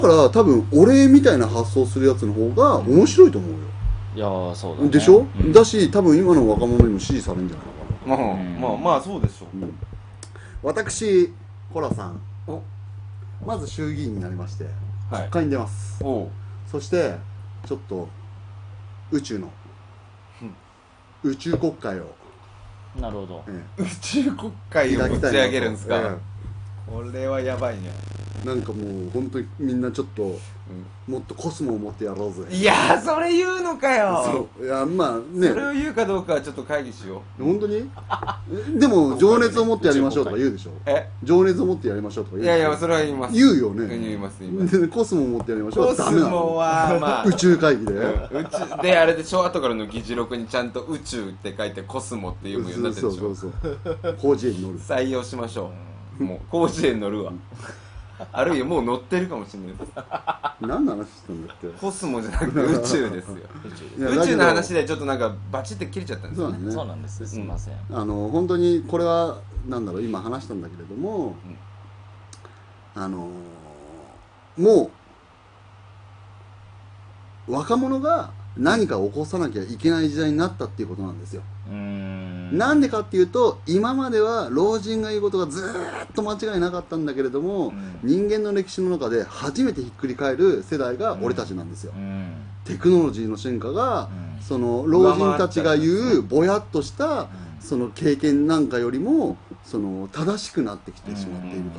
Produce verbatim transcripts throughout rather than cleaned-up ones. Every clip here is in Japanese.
だから多分俺みたいな発想するやつの方が面白いと思うよ。 いやーそうだね。 でしょ、 うん、 だし多分今の若者にも支持されるんじゃないかな。 まあ、うん、まあまあそうでしょう、うん、 私コラさんまず衆議院になりまして、はい、国会に出ます。おそしてちょっと宇宙の、うん、宇宙国会をなるほど、 ええ、宇宙国会を打ち上げるんですか、ええ、これはやばいね。 なんかもう本当にみんなちょっと、うん、もっとコスモを持ってやろうぜ。 いやーそれ言うのかよ。 そういやまあねそれを言うかどうかはちょっと会議しよう。本当にでも情熱を持ってやりましょうとか言うでしょ。え情熱を持ってやりましょうとか言う。 いやいやそれは言います。 言うよね。 言います言います。 コスモを持ってやりましょう。 コスモはまあ宇宙会議で、うん、 宇宙であれでしょ。後からの議事録にちゃんと宇宙って書いてコスモって読むようになってるでしょ。 そうそうそう広辞苑に乗る。 採用しましょう。もう広辞苑乗るわ。あるいはもう乗ってるかもしれないです。 何の話したんだっけ。 コスモじゃなくて宇宙ですよ。宇宙の話でちょっとなんかバチって切れちゃったんですよね。 そうなんです。すみません。 あの本当にこれはなんだろう今話したんだけれども、うん、あのもう若者が何か起こさなきゃいけない時代になったっていうことなんですよ。うーんなんでかっていうと今までは老人が言うことがずーっと間違いなかったんだけれども、うん、人間の歴史の中で初めてひっくり返る世代が俺たちなんですよ、うん、テクノロジーの進化が、うん、その老人たちが言うぼやっとした、うん、その経験なんかよりもその正しくなってきてしまっているから、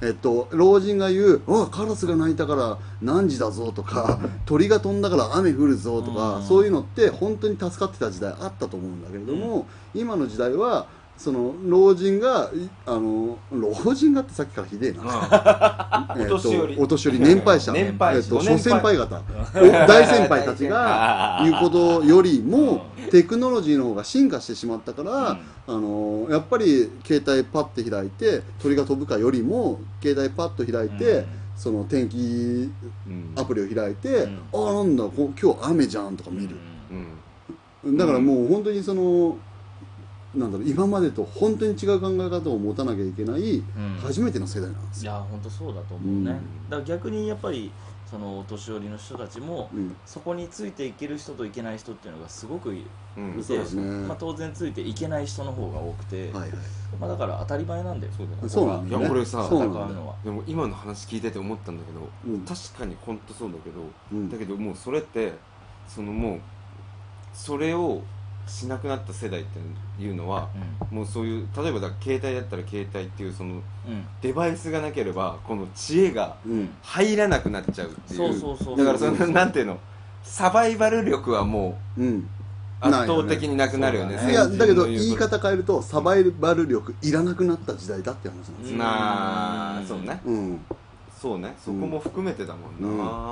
えっと、老人が言う「あカラスが鳴いたから何時だぞ」とか「鳥が飛んだから雨降るぞ」とか、そういうのって本当に助かってた時代あったと思うんだけれども、今の時代はその老人があの老人がってさっきからひでえな、えとお年寄りお年寄り年配者年配えっと諸先輩方大先輩たちが言うことよりもテクノロジーの方が進化してしまったから、うん、あのやっぱり携帯パッて開いて鳥が飛ぶかよりも携帯パッと開いて、うん、その天気アプリを開いて、うん、ああなんだ今日雨じゃんとか見る、うん、だからもう本当にそのなんだろう今までと本当に違う考え方を持たなきゃいけない初めての世代なんですよ、 うん、いや本当そうだと思うね、うん、だから逆にやっぱりそのお年寄りの人たちも、うん、そこについていける人といけない人っていうのがすごくいて、うんねまあ、当然ついていけない人の方が多くて、はいはいまあ、だから当たり前なんだよ。 そうなんだよね。いや俺さ戦うのはでも今の話聞いてて思ったんだけど、うん、確かに本当そうだけど、うん、だけどもうそれってそのもうそれをしなくなった世代っていうのは、うん、もうそういう例えばだ携帯だったら携帯っていうその、うん、デバイスがなければこの知恵が入らなくなっちゃうっていう、だからそのなんていうのサバイバル力はもう、うん、圧倒的になくなるよね。 いやだけど言い方変えるとサバイバル力いらなくなった時代だって話なんですよ。 なあそうね、うん、そうねそこも含めてだもんな、うん、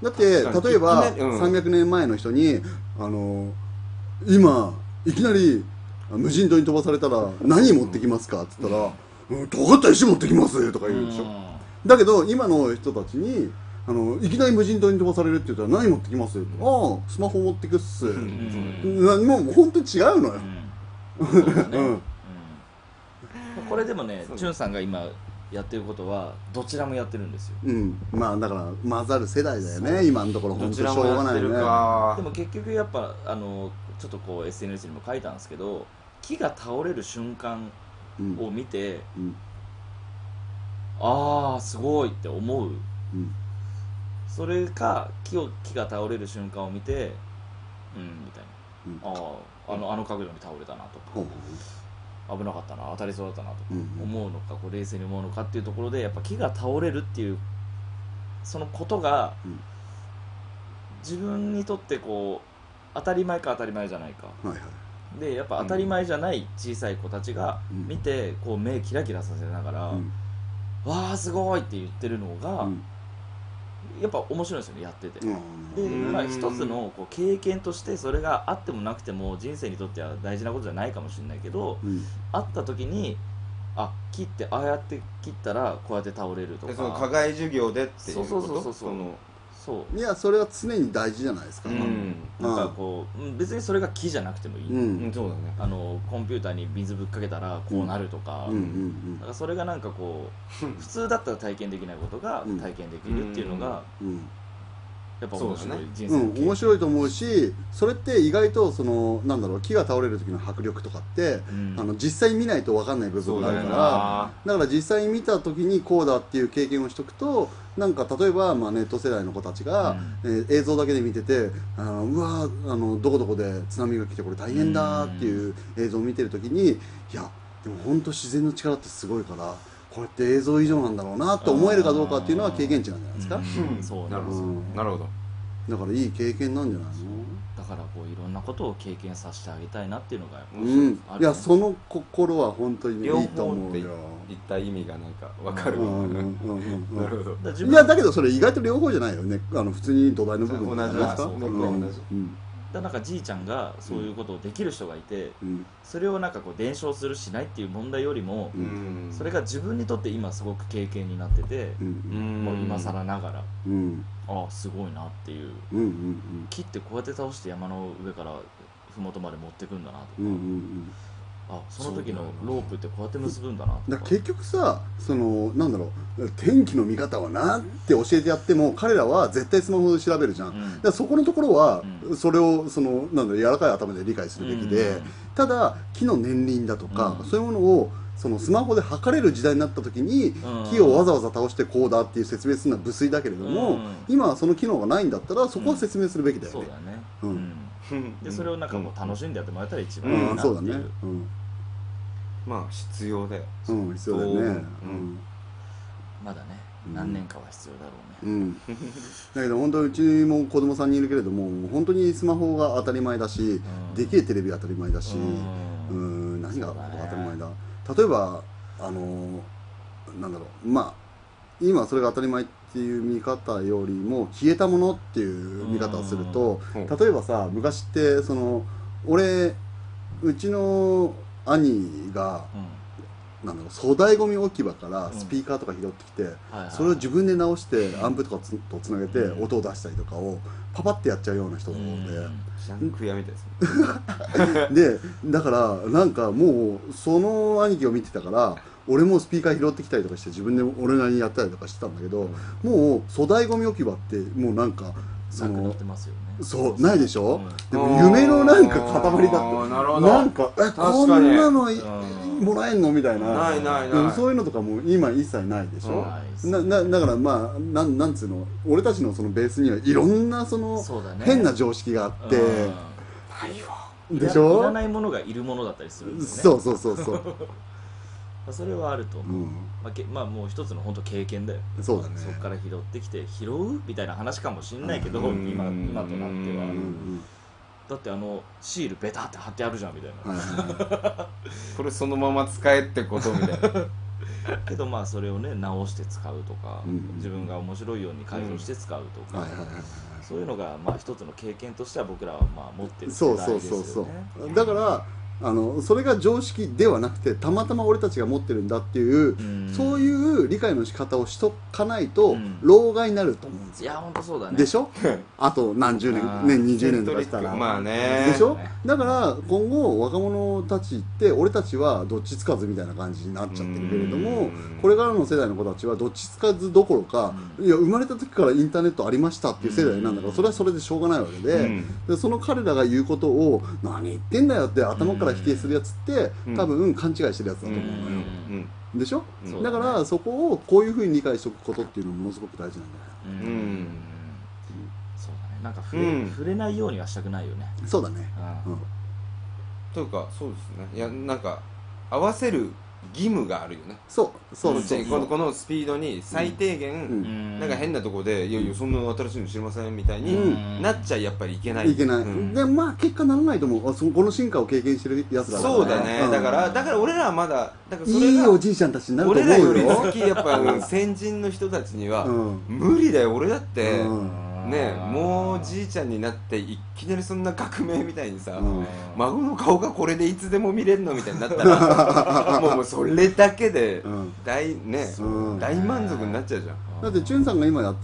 だって例えば、うん、さんびゃくねんまえの人にあの今いきなり無人島に飛ばされたら何持ってきますかって言ったら「うん、尖った石持ってきます」とか言うでしょ。だけど今の人たちにあのいきなり無人島に飛ばされるって言ったら何持ってきますよ、うん、ああスマホ持ってくっす、うん、もう本当に違うのよ、うんこれでもねチュンさんが今やってることはどちらもやってるんですよ、 うん、まあだから混ざる世代だよね今のところ。本当にしょうがないね。でも結局やっぱあのちょっとこう エスエヌエス にも書いたんですけど木が倒れる瞬間を見て、うんうん、ああすごいって思う、うん、それか木を木が倒れる瞬間を見てうんみたいな、うん、あああのあの角度に倒れたなとか、うん危なかったな当たりそうだったなとか思うのか、こう冷静に思うのかっていうところでやっぱ木が倒れるっていうそのことが、うん、自分にとってこう当たり前か当たり前じゃないか、はいはい、でやっぱ当たり前じゃない小さい子たちが見て、うん、こう目キラキラさせながら、うん、わーすごいって言ってるのが、うん、やっぱ面白いですよねやってて、うん、で、まあ、一つのこう経験としてそれがあってもなくても人生にとっては大事なことじゃないかもしれないけど、うん、あった時にあ切ってああやって切ったらこうやって倒れるとかその課外授業でっていうこと。 そうそうそうそうそのそういやそれは常に大事じゃないですか、うん、 なんかこう別にそれが木じゃなくてもいい、うん、そうだね、あのコンピューターに水ぶっかけたらこうなるとか、うんうんうん、だからそれがなんかこう普通だったら体験できないことが体験できるっていうのが、うんうんうん、やっぱ面白い人生、 うん、面白いと思うし、それって意外とそのなんだろう、木が倒れる時の迫力とかって、うん、あの実際見ないと分かんない部分があるから、だから実際見た時にこうだっていう経験をしとくと、なんか例えば、まあ、ネット世代の子たちが、うん、えー、映像だけで見てて、あのうわあのどこどこで津波が来てこれ大変だっていう映像を見てる時に、いやでも本当自然の力ってすごいから、これって映像以上なんだろうなと思えるかどうかっていうのは経験値なんじゃないですか。うんうん、そうなるほど、うん、なるほど。だからいい経験なんじゃないの。 だからこういろんなことを経験させてあげたいなっていうのが、 うん、ね、いやその心は本当に、ね、いいと思うよ。 言った意味がなんか分かる。なるほど。いやだけどそれ意外と両方じゃないよね。あの普通に土台の部分じゃないですか。 僕は同じ。だなんかじいちゃんがそういうことをできる人がいて、うん、それをなんかこう伝承するしないっていう問題よりも、うん、それが自分にとって今すごく経験になってて、うん、もう今更ながら、うん、ああすごいなっていう、うんうんうん、木ってこうやって倒して山の上から麓まで持ってくんだなとか、うんうんうん、あその時のロープってこうやって結ぶんだなとか。 だから結局さ、そのなんだろう、天気の見方はなって教えてやっても彼らは絶対スマホで調べるじゃん、うん、だからそこのところは、うん、それをそのなんだろう柔らかい頭で理解するべきで、うん、ただ木の年輪だとか、うん、そういうものをそのスマホで測れる時代になった時に、うん、木をわざわざ倒してこうだっていう説明するのは無粋だけれども、うん、今はその機能がないんだったらそこは説明するべきだよね、うん、そうだね、 うん、でそれをなんかもう楽しんでやってもらえたら一番いいなっていう、うん、そうだね、うん、 まあ必要だよ。 うん、必要だよね、うん、 まだね何年かは必要だろうね、うん、 だけど本当うちも子供さんにいるけれども本当にスマホが当たり前だし、うん、できるテレビは当たり前だし、うん、うん何が当たり前だ、例えばあのなんだろう、まあ今それが当たり前っていう見方よりも消えたものっていう見方をすると、例えばさ昔ってその俺うちの兄が、うん、なんだろう粗大ごみ置き場からスピーカーとか拾ってきて、うん、それを自分で直してアンプとかつとつなげて音を出したりとかをパパってやっちゃうような人なので、 ジャンク屋みたいですねでだからなんかもうその兄貴を見てたから俺もスピーカー拾ってきたりとかして自分で俺なりにやったりとかしてたんだけど、うん、もう粗大ごみ置き場ってもうなんかそのなくなってますよね。そうないでしょ、うん、でも夢のなんか塊だってなるほど、なんかえこんなのもらえんのみたいな、ないないない、そういうのとかも今一切ないでしょ、うん、ななだからまあなん、なんつうの俺たちのそのベースにはいろんなそのそうだ、ね、変な常識があって、ないわでしょ、いらないものがいるものだったりするんですね。 そうそうそうそうそれはあると思う、うん、まあ、けまあもう一つの本当経験だよ。 そうだね。 そこから拾ってきて拾うみたいな話かもしれないけど、うん、今今となっては、うん、だってあのシールベタって貼ってあるじゃんみたいな、 はい、これそのまま使えってことみたいなけどまあそれをね直して使うとか、うん、自分が面白いように改造して使うとか、そういうのがまあ一つの経験としては僕らはまあ持ってる世代ですよね。そうそうそうそう。 だからあのそれが常識ではなくてたまたま俺たちが持ってるんだっていう、うん、そういう理解の仕方をしとかないと、うん、老害になると思うんですよ。 いや本当そうだね。 でしょあと何十年年にじゅうねんとかしたらまあねでしょ。だから今後若者たちって俺たちはどっちつかずみたいな感じになっちゃってるけれども、これからの世代の子たちはどっちつかずどころか、いや生まれた時からインターネットありましたっていう世代なんだから、それはそれでしょうがないわけで、うん、でその彼らが言うことを何言ってんだよって頭から否定するやつって多分勘違いしてるやつだと思うのよ、うんうん、でしょ、うん、だからそこをこういうふうに理解しておくことっていうのはものすごく大事なんだよ、うんうん、 そうだね。なんか触れ、うん、触れないようにはしたくないよね。 そうだね、うん、 というかそうですね。いやなんか合わせる義務があるよね。 そうそうそう、 この、このスピードに最低限、うん、なんか変なとこで、うん、いやいやそんな新しいの知りませんみたいに、うん、なっちゃやっぱりいけない。 いけない。うん、でまあ結果ならないと思う。そこの進化を経験してるやつだから、 ね。そうだね。うん、だからだから俺らはまだだからそれがいいおじいちゃんたちになると思うよ。 俺らより先やっぱ先人の人たちには、うん、無理だよ。俺だって。うんね、もうじいちゃんになっていきなりそんな革命みたいにさ、うん、孫の顔がこれでいつでも見れるのみたいになったらもうもうそれだけで大、ねうん、大満足になっちゃうじゃん。 だってチュンさんが今やってる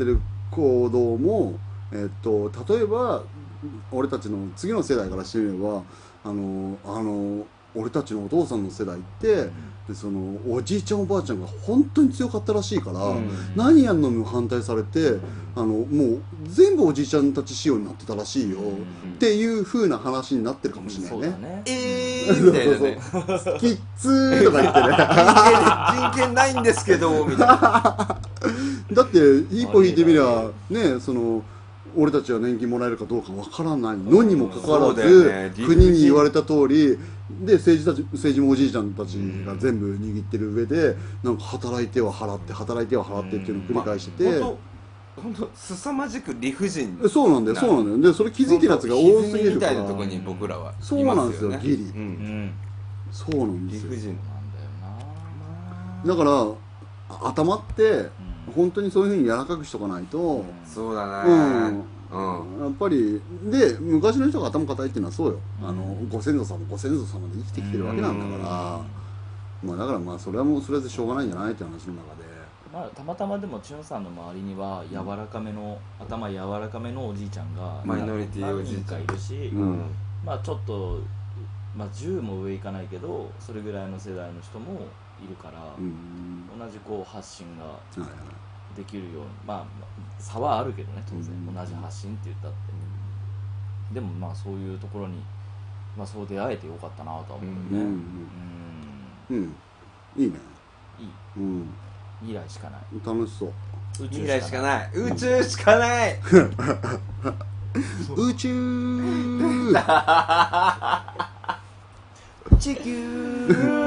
行動も、えっと、例えば俺たちの次の世代からしてみればあのあの俺たちのお父さんの世代って、うん、でそのおじいちゃんおばあちゃんが本当に強かったらしいから、うん、何やるのにも反対されて、うん、あのもう全部おじいちゃんたち仕様になってたらしいよ、うん、っていう風な話になってるかもしれないね、うん、ねえーみたいなねキッズーとか言ってね人権ないんですけどみたいなだって一歩引いてみりゃねその俺たちは年金もらえるかどうかわからないのにもかかわらず、ね、国に言われた通りで政治たち政治もおじいちゃんたちが全部握ってる上でなんか働いては払って働いては払ってっていうのを繰り返してて、 本当凄まじく理不尽そうなんだよそうなんだよでそれ気づいてるやつが多すぎるからみたいなところに僕らはいますよね。 そうなんですよギリ、うんうん、 そうなんですよ理不尽なんだよな。だから頭って本当にそういうふうに柔らかくしとかないと、うん、 そうだね、うんうん、やっぱりで昔の人が頭固いっていうのはそうよ、うん、あのご先祖様ご先祖様で生きてきてるわけなんだから、うんまあ、だからまあそれはもうそれでしょうがないんじゃないって話の中で、 まあ、たまたまでもチュンさんの周りには柔らかめの、うん、頭柔らかめのおじいちゃんがマイノリティおじいちゃんいるし、うん、まあちょっと、まあ、じゅうも上いかないけどそれぐらいの世代の人もいるから、うん、同じこう発信が、はいはいできるようにまあ差はあるけどね当然、うん、同じ発信って言ったって、うん、でもまあそういうところに、まあ、そう出会えてよかったなとは思うよねうん、うんうん、いいねいい、 うん、 未来しかない楽しそう未来しかない宇宙しかない宇宙地球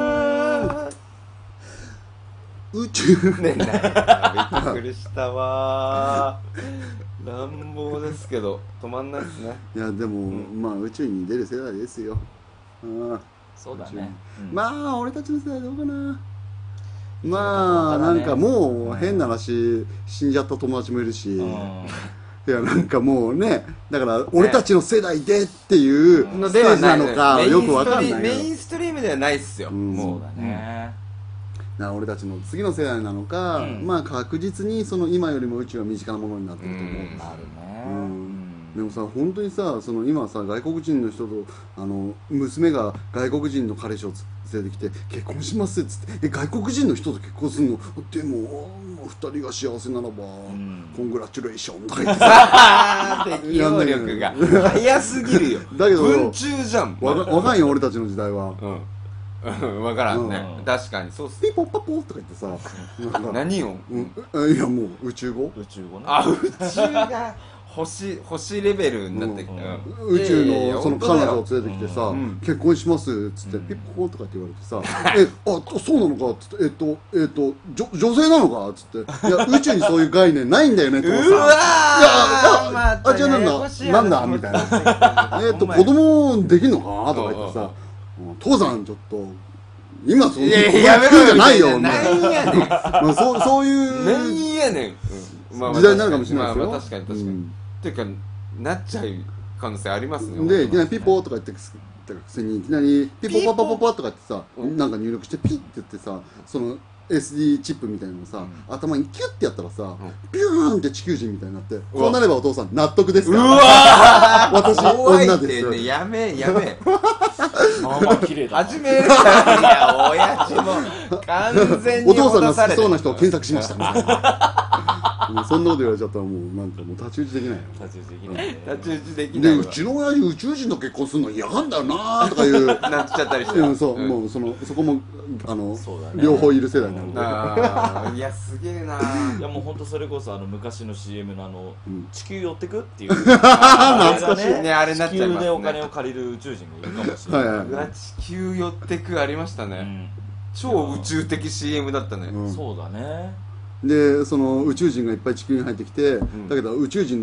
宇宙ねびっくりしたわ乱暴ですけど止まんないですね。 いやでも、うん、まあ宇宙に出る世代ですよ。 あそうだね、 うん、まあ俺たちの世代どうかな。まあなんかもう変な話死んじゃった友達もいるし、うん、いやなんかもうねだから俺たちの世代でっていうステージなのかよくわかんない。 メインストリームではないっすよ、うん、 もうだね、 な俺たちの次の世代なのか、うん、まあ確実にその今よりも宇宙は身近なものになってると思う。 なるね、 うんでもさ本当にさその今さ外国人の人とあの娘が外国人の彼氏を連れてきて結婚しますっつってえ外国人の人と結婚するのでもふたりが幸せならば、うん、コングラチュレーションとか言ってさ適応力が早すぎるよだけど文中じゃん若いよ俺たちの時代は、 うん分からんね、うん、確かにそうっすピポパポとか言ってさ何を、 うん、いやもう宇宙語宇宙語ねあ宇宙が星星レベルになってきた、 うんうん、宇宙のその彼女を連れてきてさ、うん、結婚しますっつって、うん、ピッポーとかって言われてさ、えあそうなのかっつってえっとえっと女女性なのかっつっていや宇宙にそういう概念ないんだよね父さんうわーいやああじゃあなんだなんだみたいなえっと子供できんのかとか言ってさ父さんちょっと今そういうやめろよじゃないよなんやねん、まあ、そうそういうなんやねん、 うんまあ、時代になるかもしれないですよ、 まあ、確かに確かに、うん、っていうかなっちゃう可能性ありますね。 でいきなりピポーとか言ってくせにいきなりピポパパパパとかってさなんか入力してピッって言ってさその エスディー チップみたいなのさ、うん、頭にキュッてやったらさ、うん、ビューンって地球人みたいになってこうなればお父さん納得ですかうわ私女です、 ね、やめやめまあまあ綺麗だ始めるからいや親父も完全にお父さんが好きそうな人を検索しましたみたいなそんなこと言われちゃったらもうなんかもう太刀打ちできないよ。 太刀打ちできない、ね、 太刀打ちできないでうちの親父宇宙人と結婚するの嫌なんだよなとかいうなっちゃったりして、 うん、そう、うん、もうそのそこもあの、ね、両方いる世代になるんで、 あいやすげえないやもう本当それこそあの昔の シーエム のあの、うん、地球寄ってくっていう懐かしいねあれになっちゃいますね。 地球でお金を借りる宇宙人がいるかもしれない、はいはい、 うわ地球寄ってくありましたね、うん、超宇宙的 シーエム だったね、 うん、そうだね。 でその宇宙人がいっぱい地球に入ってきて、うん、だけど宇宙人の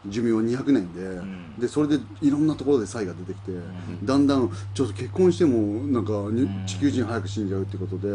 寿命にひゃくねんで、うん、でそれでいろんなところで差異が出てきて、うん、だんだんちょっと結婚してもなんか、ね、地球人早く死んじゃうってことで、うん、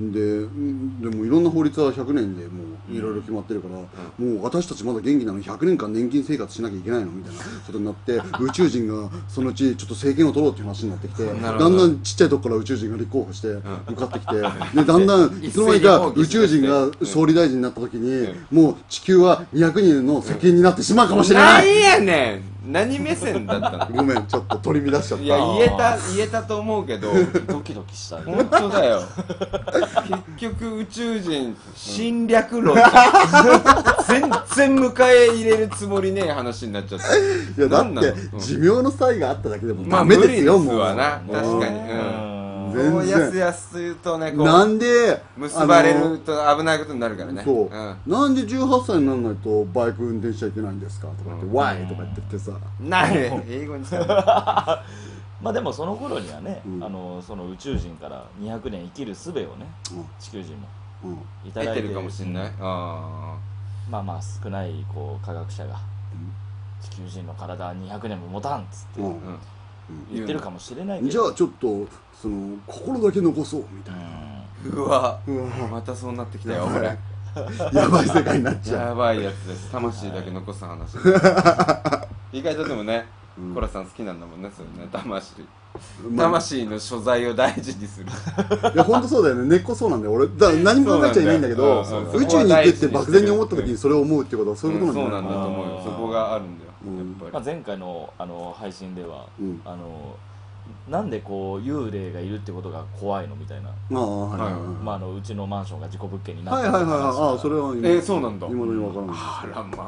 で, でもいろんな法律はひゃくねんでもういろいろ決まってるから、うん、もう私たちまだ元気なのにひゃくねんかん年金生活しなきゃいけないのみたいなことになって宇宙人がそのうちちょっと政権を取ろうっていう話になってきてだんだんちっちゃいとこから宇宙人が立候補して向かってきて、でだんだんいつの間にか宇宙人が総理大臣になった時に、うん、もう地球はにひゃくにんの責任になってしまうかもしれない。 何やねん何目線だったのごめんちょっと取り乱しちゃった。 いや言えた言えたと思うけどドキドキしたね。 本当だよ結局宇宙人侵略論全然迎え入れるつもりねえ話になっちゃった。 いやだって寿命の差異があっただけでもダメですよ。 まあ無理ですわな確かに。うんもうやすやす言うとねこうなんで結ばれると危ないことになるからね。 そう、うん、なんでじゅうはっさいにならないとバイク運転しちゃいけないんですかとか言って、うん、Why とか言ってってさなんで英語にさまあでもその頃にはね、うん、あのその宇宙人からにひゃくねん生きる術をね、うん、地球人も、うん、いただいてるかもしれない。あまあまあ少ないこう科学者が、うん、地球人の体はにひゃくねんも持たんっつって、うんうん言ってるかもしれないけど、 じゃあちょっとその心だけ残そうみたいな。 うわうわまたそうなってきたよ俺やばい世界になっちゃう。 やばいやつです。魂だけ残す話意外とでもね、うん、コラさん好きなんだもんねそれね。魂魂の所在を大事にするいや本当そうだよね。根っこそうなんだよ俺。だから何も考えちゃいないんだけど、宇宙に行くって漠然に思った時にそれを思うってことはそういうことなんだよ、 うん、そうなんだと思うよ。そこがあるんだよ、うん、やっぱり。 まあ、前回の、あの配信では、うん、あのなんでこう幽霊がいるってことが怖いのみたいな。ああはいはいはい。まああのうちのマンションが事故物件になってる話。はいはいはい。ああそれは今えー、そうなんだ。 今のにわからない。 あらまあ。 はい。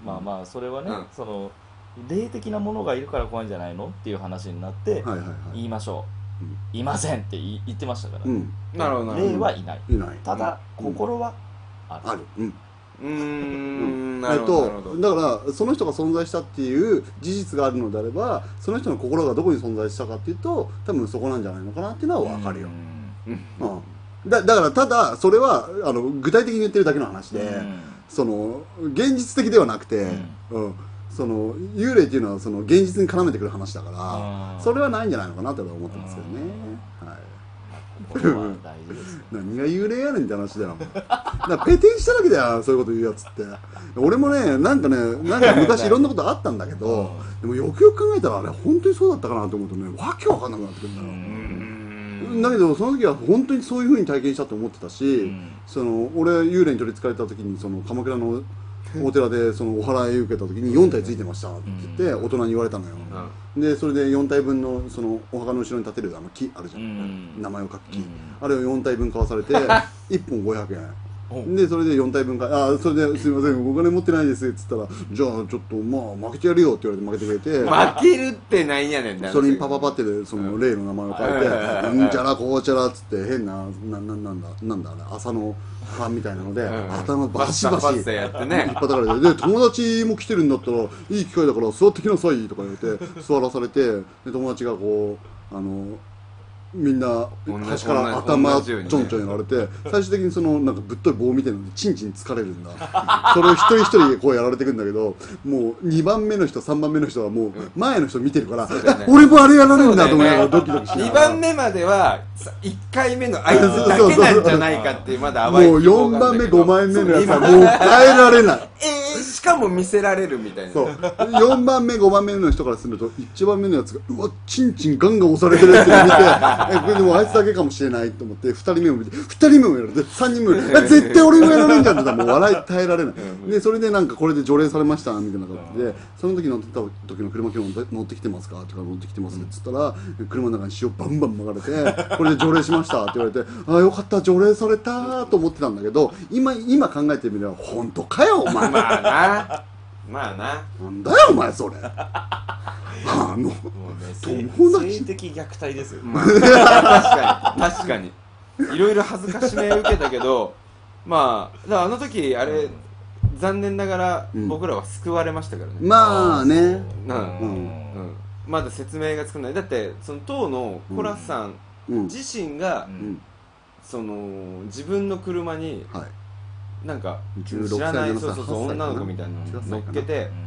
まあまあそれはね、うん、その霊的なものがいるから怖いんじゃないのっていう話になって、はいはいはい、言いましょう、うん、いませんって言ってましたから、うん、 なるほど霊はいない、 いないただ、うん、心はある、 ある、うんうーんなるほど。だからその人が存在したっていう事実があるのであればその人の心がどこに存在したかっていうと多分そこなんじゃないのかなっていうのは分かるよ。うん、うん、だ, だからただそれはあの具体的に言ってるだけの話で、うん、その現実的ではなくて、うんうん、その幽霊っていうのはその現実に絡めてくる話だからそれはないんじゃないのかなと思ってますけどね。はいこれは大事ですね何が幽霊やねんって話だよだからペテンしただけだよそういうこと言うやつって俺もねなんかねなんか昔いろんなことあったんだけどでもよくよく考えたらあれ本当にそうだったかなと思うとねわけわかんなくなってくるんだよ。だけどその時は本当にそういう風に体験したと思ってたしその俺幽霊に取り憑かれた時にその鎌倉のお寺でそのお祓い受けた時によん体ついてましたって言って大人に言われたのよ、うん、でそれでよん体分のそのお墓の後ろに立てるあの木あるじゃん、うん、名前を書く木、うん、あれをよん体分買わされていっぽんごひゃくえんでそれでよん体分かあそれですいませんお金持ってないですっつったらじゃあちょっとまあ負けてやるよって言われて負けてくれて負けるってなんやねんそれにパパパってでその例の名前を書いてうんちゃらこうちゃらっつって変ななななんだなんだあれ朝の歯みたいなので、うん、頭バシバシやってね引っ叩かれてで友達も来てるんだったらいい機会だから座ってきなさいとか言われて座らされてで友達がこうあのみんな端から頭ちょんちょんやられて最終的にそのなんかぶっとい棒みたいなのでチンチン疲れるんだそれを一人一人こうやられていくんだけどもうにばんめの人さんばんめの人はもう前の人見てるから、ね、俺もあれやられるんだと思いながらドキドキしながらにばんめまではいっかいめのあいつだけなんじゃないかっていうまだ淡いもうよんばんめごばんめのやつはもう耐えられないえー、しかも見せられるみたいなそうよんばんめごばんめの人からするといちばんめのやつがうわチンチンガンガン押されてるって見てえこれでもあいつだけかもしれないと思ってふたりめを見てふたりめもやられてさんにんめもやられて絶対俺もやられるんじゃんってもう笑い耐えられないでそれでなんかこれで除霊されましたみたいな感じでその時乗ってた時の車今日乗ってきてますかって言うから乗ってきてますっつったら車の中に塩バンバン巻かれてこれで除霊しましたって言われてああよかった除霊されたと思ってたんだけど今今考えてみれば本当かよお前まあなまあななんだよお前それあの友達性的虐待ですよ、まあ、 確かに確かにいろいろ恥ずかしめを受けたけどまあだからあの時あれ、うん、残念ながら僕らは救われましたからね、 うん、まあねうん、うんうん、まだ説明がつかないだってその当のコラさん自身が、うん、その自分の車に、はいなんか知らないそうそうそう女の子みたいなの乗っけて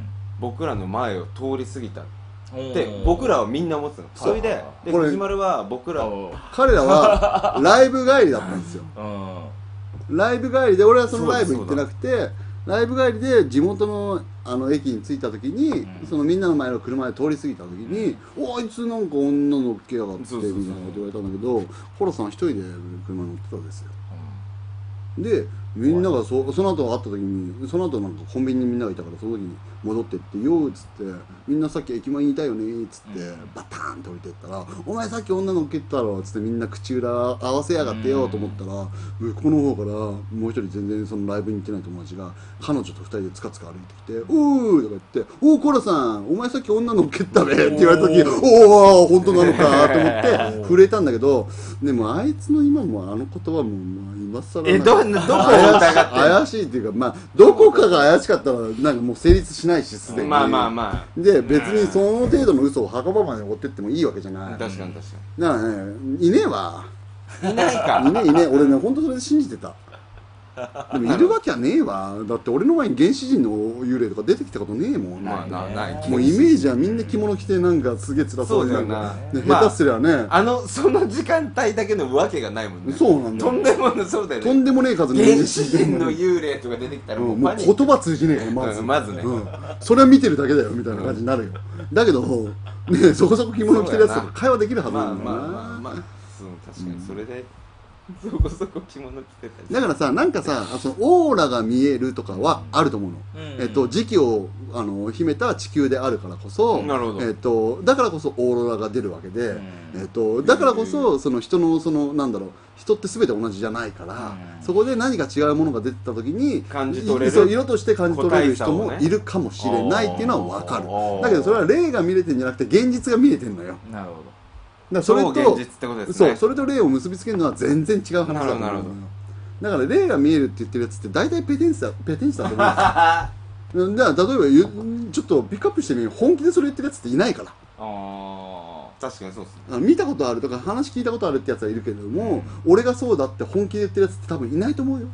僕らの前を通り過ぎたって僕らはみんな思ってたの。それでで藤丸は僕ら彼らはライブ帰りだったんですよ。ライブ帰りで俺はそのライブ行ってなくて、ライブ帰りで地元のあの駅に着いた時に、うん、そのみんなの前の車で通り過ぎた時に「お、あいつなんか女乗っけやがって」みたいなこと言われたんだけど、コロさん一人で車に乗ってたんですよ。うん、でみんなが そ, その後会った時に、その後なんかコンビニにみんながいたから、その時に戻ってって「よー」っつって「みんなさっき駅前にいたよね」っつって、うん、バターンって降りてったら「お前さっき女乗っけたろ」っつってみんな口裏合わせやがってよと思ったら、うん、向こうの方からもう一人全然そのライブに行ってない友達が彼女と二人でつかつか歩いてきて「おー」とか言って「おーコラさんお前さっき女乗っけたべ」って言われた時「おお本当なのか」と思って震えたんだけど、でもあいつの今もあの言葉もまあ今更えどどこを疑って怪しいっていうか、まあどこかが怪しかったらなんかもう成立しないし、すでに。 まあまあまあで別にその程度の嘘を墓場まで追ってってもいいわけじゃない。 確かに確かに。だからね、いねえわ。 いないか。 いねえいねえ。俺ね本当それで信じてた。でもいるわけはねえわ。だって俺の前に原始人の幽霊とか出てきたことねえもん。 まあなない。 もうイメージはみんな着物着てなんかすげえ辛そうになんか、ね、下手すりゃね、 あのその時間帯だけのわけがないもんね。 そうなんだ。 とんでもないそうだよね。 とんでもねえ数の原始人の幽霊とか出てきたらもうもう言葉通じねえからまず、 まずね。 それは見てるだけだよみたいな感じになるよ。だけどねそこそこ着物着てるやつとか会話できるはずなんだよな。 まあまあまあまあそう確かにそれで。そこそこ着物着てたりだからさ、なんかさ、そのオーラが見えるとかはあると思うの、うん、えっと、時期をあの秘めた地球であるからこそ、 なるほど、 えっと、だからこそオーロラが出るわけで、うん、えっと、だからこそその人のそのなんだろう、人って全て同じじゃないから、うん、そこで何か違うものが出てた時に感じ取れる、 そう色として感じ取れる人もいるかもしれないっていうのは分かる、ね、だけどそれは霊が見れてるんじゃなくて現実が見れてるのよ。 なるほど。 だそれと現実ってことですね。 そうそれと霊を結びつけるのは全然違う話だと思う。なるほど。だから霊が見えるって言ってるやつって大体ペテンスだペテンスだと思うんですよ。じゃあ例えばちょっとピックアップしてみる、本気でそれ言ってるやつっていないから。 ああ確かにそうですね。 見たことあるとか話聞いたことあるってやつはいるけれども、うん、俺がそうだって本気で言ってるやつって多分いないと思うよ。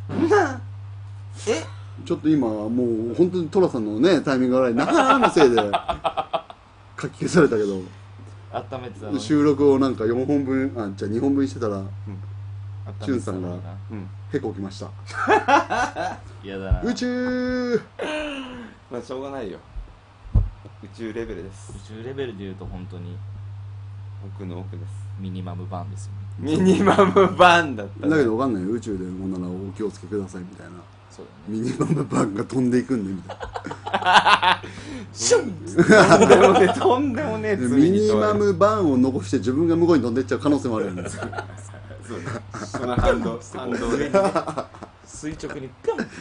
えちょっと今もう本当にトラさんのねタイミングが悪い中のせいで書き消されたけど。 温めてたのに収録をなんかよんほんぶん、あ、じゃあにほんぶんしてたら、うん、チュンさんが、うん、へこきました。 嫌だな。 宇宙まあしょうがないよ。宇宙レベルです。 宇宙レベルでいうと本当に奥の奥です。 ミニマムバンですよね。ミニマムバンだった、 ね、だけどわかんないよ。宇宙でこんなのお気をつけくださいみたいな。 そうだね、 ミニマムバンが飛んでいくんでみたいな。シュンとんでもねとんでもねミニマムバンを残して自分が向こうに飛んでいっちゃう可能性もあるんですよ。 その反動反動で垂直にピョン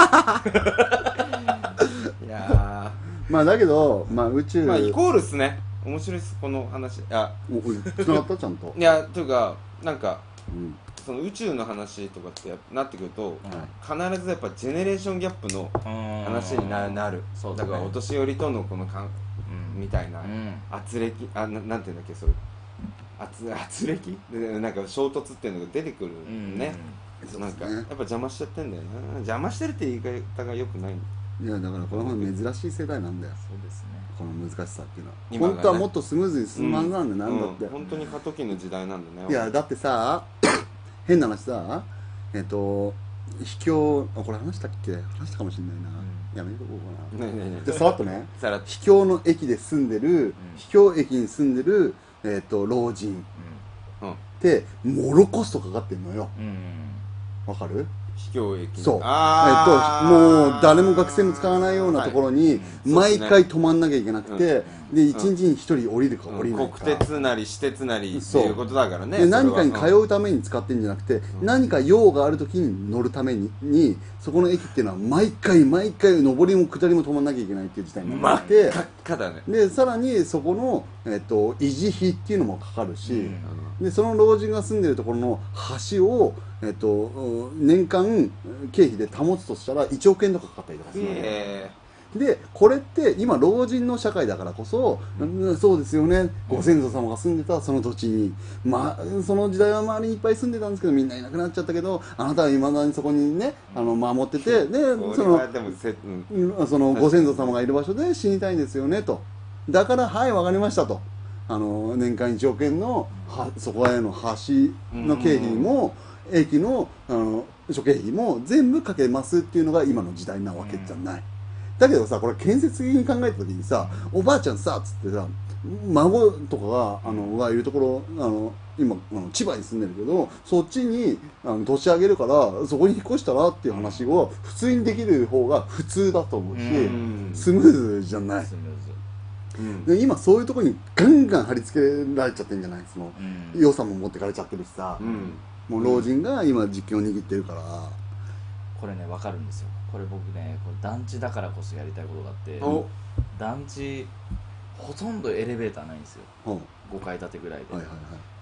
いやまあだけど、まあ、宇宙まあイコールっすね。面白いっすこの話。あつながったちゃんといやというかなんか、うんその宇宙の話とかってなってくると、うん、必ずやっぱジェネレーションギャップの話に な, なるそう だ,、ね、だからお年寄りとのこのかん、うん、みたいな、うん、圧力あ な, なんていうんだっけそれ 圧, 圧力でなんか衝突っていうのが出てくるね、うん、なんか、ね、やっぱ邪魔しちゃってんだよな。邪魔してるって言い方がよくない。 いやだからこの珍しい世代なんだよ。 そうですね。 この難しさっていうのは、ね、本当はもっとスムーズに進むはずなんだよ、うん、なんだって、 うん、本当に過渡期の時代なんだね。 いやだってさ変な話さ、えっと秘境、あこれ話したっけ、話したかもしれないな、うん、やめとこうかな。 ねねねでさらっとね秘境の駅で住んでる、うん、秘境駅に住んでる、えっと老人、うん、ってもろコストかかってんのよ。わ、うん、かる？ 秘境駅そう、えっと、もう誰も学生も使わないようなところに毎回泊まんなきゃいけなくて、うん、でいちにちにひとり降りるか降りないか、 国鉄なり私鉄なりっていうことだからね。 で何かに通うために使ってるんじゃなくて、うん、何か用がある時に乗るためににそこの駅っていうのは毎回毎回上りも下りも止まんなきゃいけないっていう事態になって、 真っ赤だね。 でさらにそこの、えっと、維持費っていうのもかかるし、うん、でその老人が住んでるところの橋をえっと、年間経費で保つとしたらいちおくえんとかかかったりとかするので、 でこれって今老人の社会だからこそ、うん、そうですよね、ご先祖様が住んでたその土地に、まあ、その時代は周りにいっぱい住んでたんですけどみんないなくなっちゃったけどあなたはいまだにそこにねあの守ってて、でその、うん、そのご先祖様がいる場所で死にたいんですよねと、だからはいわかりましたと、あの年間いちおくえんのはそこへの橋の経費も、うん、駅のあの諸経費も全部かけますっていうのが今の時代なわけじゃない、うん、だけどさこれ建設的に考えた時にさ、おばあちゃんさっつってさ孫とかがあのがいるところあの今あの千葉に住んでるけどそっちにあの土地上げるからそこに引っ越したらっていう話を普通にできる方が普通だと思うし、うん、スムーズじゃない、スムーズ、うん、で今そういうところにガンガン貼り付けられちゃってるんじゃない、その、うん、予算も持ってかれちゃってるしさ、うん、もう老人が今実権を握ってるから、 これね分かるんですよ。これ僕ねこれ団地だからこそやりたいことがあって、団地ほとんどエレベーターないんですよ、ごかい建てぐらいで、はいはいはい、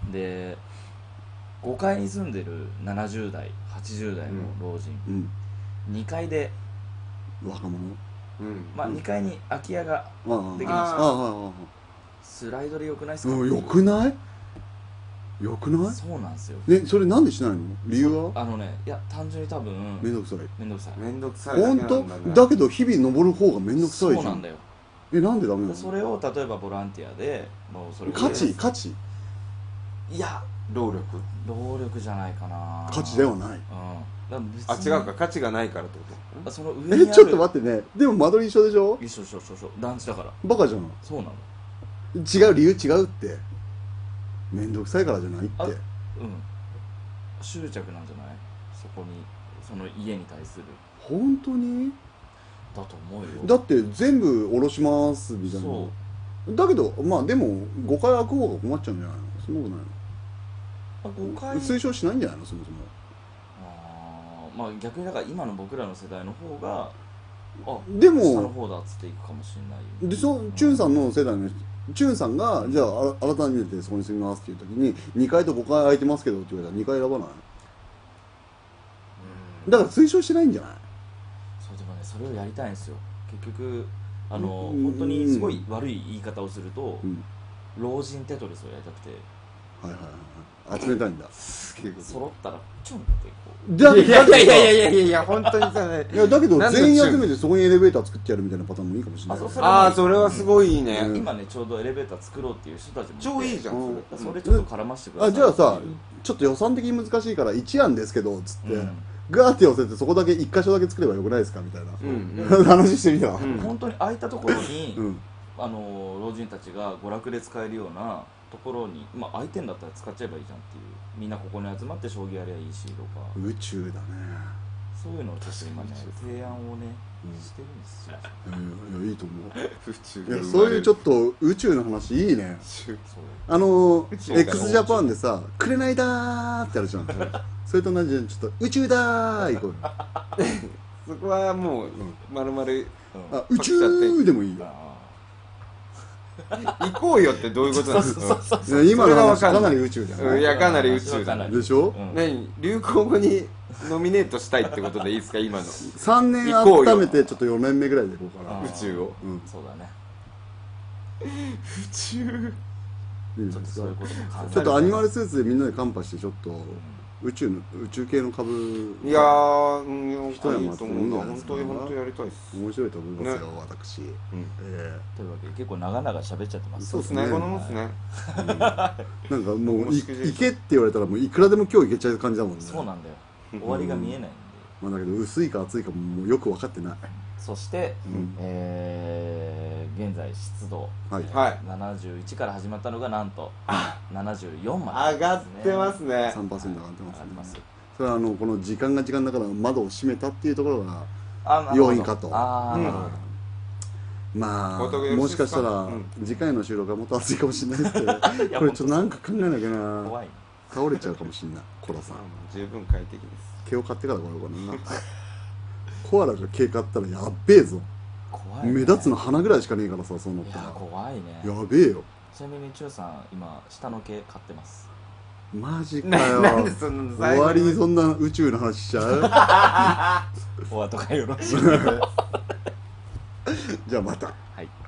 でごかいに住んでるななじゅうだいはちじゅうだいの老人、うん、にかいで若者、 うん、まあにかいに空き家ができました。スライドでよくないですか？ よくない？よくない？ そうなんですよ。 ね、それなんでしないの？理由は？ あのね、いや単純に多分めんどくさい。 めんどくさい。 めんどくさい。 本当？だけど日々登る方がめんどくさいじゃん。 そうなんだよ。 え、なんでダメなの？ それを例えばボランティアでもうそれ価値価値？ いや労力？ 労力じゃないかな。 価値ではない。うん。 あ、違うか、価値がないからってこと？ その上にある。 え、ちょっと待ってね。でも間取り一緒でしょ？ 一緒一緒一緒。団地だから。 バカじゃん。 そうなの。 違う理由違うって。めんどくさいからじゃないって。うん。 執着なんじゃない？そこにその家に対する。 本当に？ だと思うよ。 だって全部下ろしますみたいな。そう。だけどまあでもごかい空く方が困っちゃうんじゃないの？そんなことないの？あ、ごかい推奨しないんじゃないのそもそも。 ああ、まあ逆にだから今の僕らの世代の方があでも下の方だっつっていくかもしれないよ。 でそチュンさんの世代のチュンさんがじゃあ改めてそこに住みますっていう時ににかいとごかい空いてますけどって言われたらにかい選ばない？うん。だから推奨してないんじゃない？ そうでもねそれをやりたいんですよ。結局あの本当にすごい悪い言い方をすると、うん、老人テトリスをやりたくて。 はいはいはい。集めたいんだ。 揃ったらチュンってこう。いやいやいやいやいやいやいや本当にさね。 いやだけど全員集めてそこにエレベーター作ってやるみたいなパターンもいいかもしれない。 ああそれはすごいいいね。 今ねちょうどエレベーター作ろうっていう人たちも超いいじゃん。 それちょっと絡ましてください。 あじゃあさちょっと予算的に難しいから一案ですけどつって。ガーって寄せてそこだけ一箇所だけ作ればよくないですかみたいな話してみたら本当に空いたところにあの老人たちが娯楽で使えるようなところに、まあ、空いてんだったら使っちゃえばいいじゃんっていう、みんなここに集まって将棋やりゃいいしとか宇宙だね、 そういうのをちょっと今ね提案をね、うん、してるんですよ。 いやいいと思う宇宙いやそういうちょっと宇宙の話いいね。あの x ジャパンでさ「紅だー」ってあるじゃんそれと同じでちょっと宇宙だー行こうそこはもう丸々、うん、 あ宇宙でもいいよ行こうよってどういうことなんですか？ 今の話かなり宇宙じゃない？ いやかなり宇宙だね。 でしょ？ 何流行語にノミネートしたいってことでいいですか今の？ さんねん温めてちょっとよねんめぐらいでいこうかな。 宇宙を。 そうだね。 宇宙。 ちょっとそういうことも考える。 ちょっとアニマルスーツでみんなでカンパしてちょっと。宇宙の宇宙系の株いやー、うん、一山と思うな。本当に本当にやりたいです。 面白いと思いますよ、ね、私、うんえー、というわけで結構長々喋っちゃってます。 そうですね、このもですね、 うん、なんかもうい行けって言われたらもういくらでも今日行けちゃう感じだもんね。 そうなんだよ、終わりが見えないんで、 うん、まあだけど薄いか厚いかもうよく分かってない。 そして、うんえー、現在湿度、 はいえー、ななじゅういちから始まったのがなんとななじゅうよんまで、ね、上がってますね。 さんパーセント 上がってますね。ますそれはあのこの時間が時間だから窓を閉めたっていうところが要因かと。 ああなるほど、 うん、まあもしかしたら、うん、次回の収録はもっと暑いかもしれないですけどこれちょっとなんか考えなきゃな。 怖い倒れちゃうかもしれないコラさん。 十分快適です。 毛を買ってから来ようかなコアラが毛買ったらやっべえぞ。 怖い、ね、 目立つの鼻ぐらいしかねえからさ、そうなったら。 いや怖いね。 やべえよ。 ちなみにチュウさん今下の毛買ってます。 マジかよ。 なんでそんな終わりにそんな宇宙の話しちゃうお後がよろしいじゃあまた。 はい。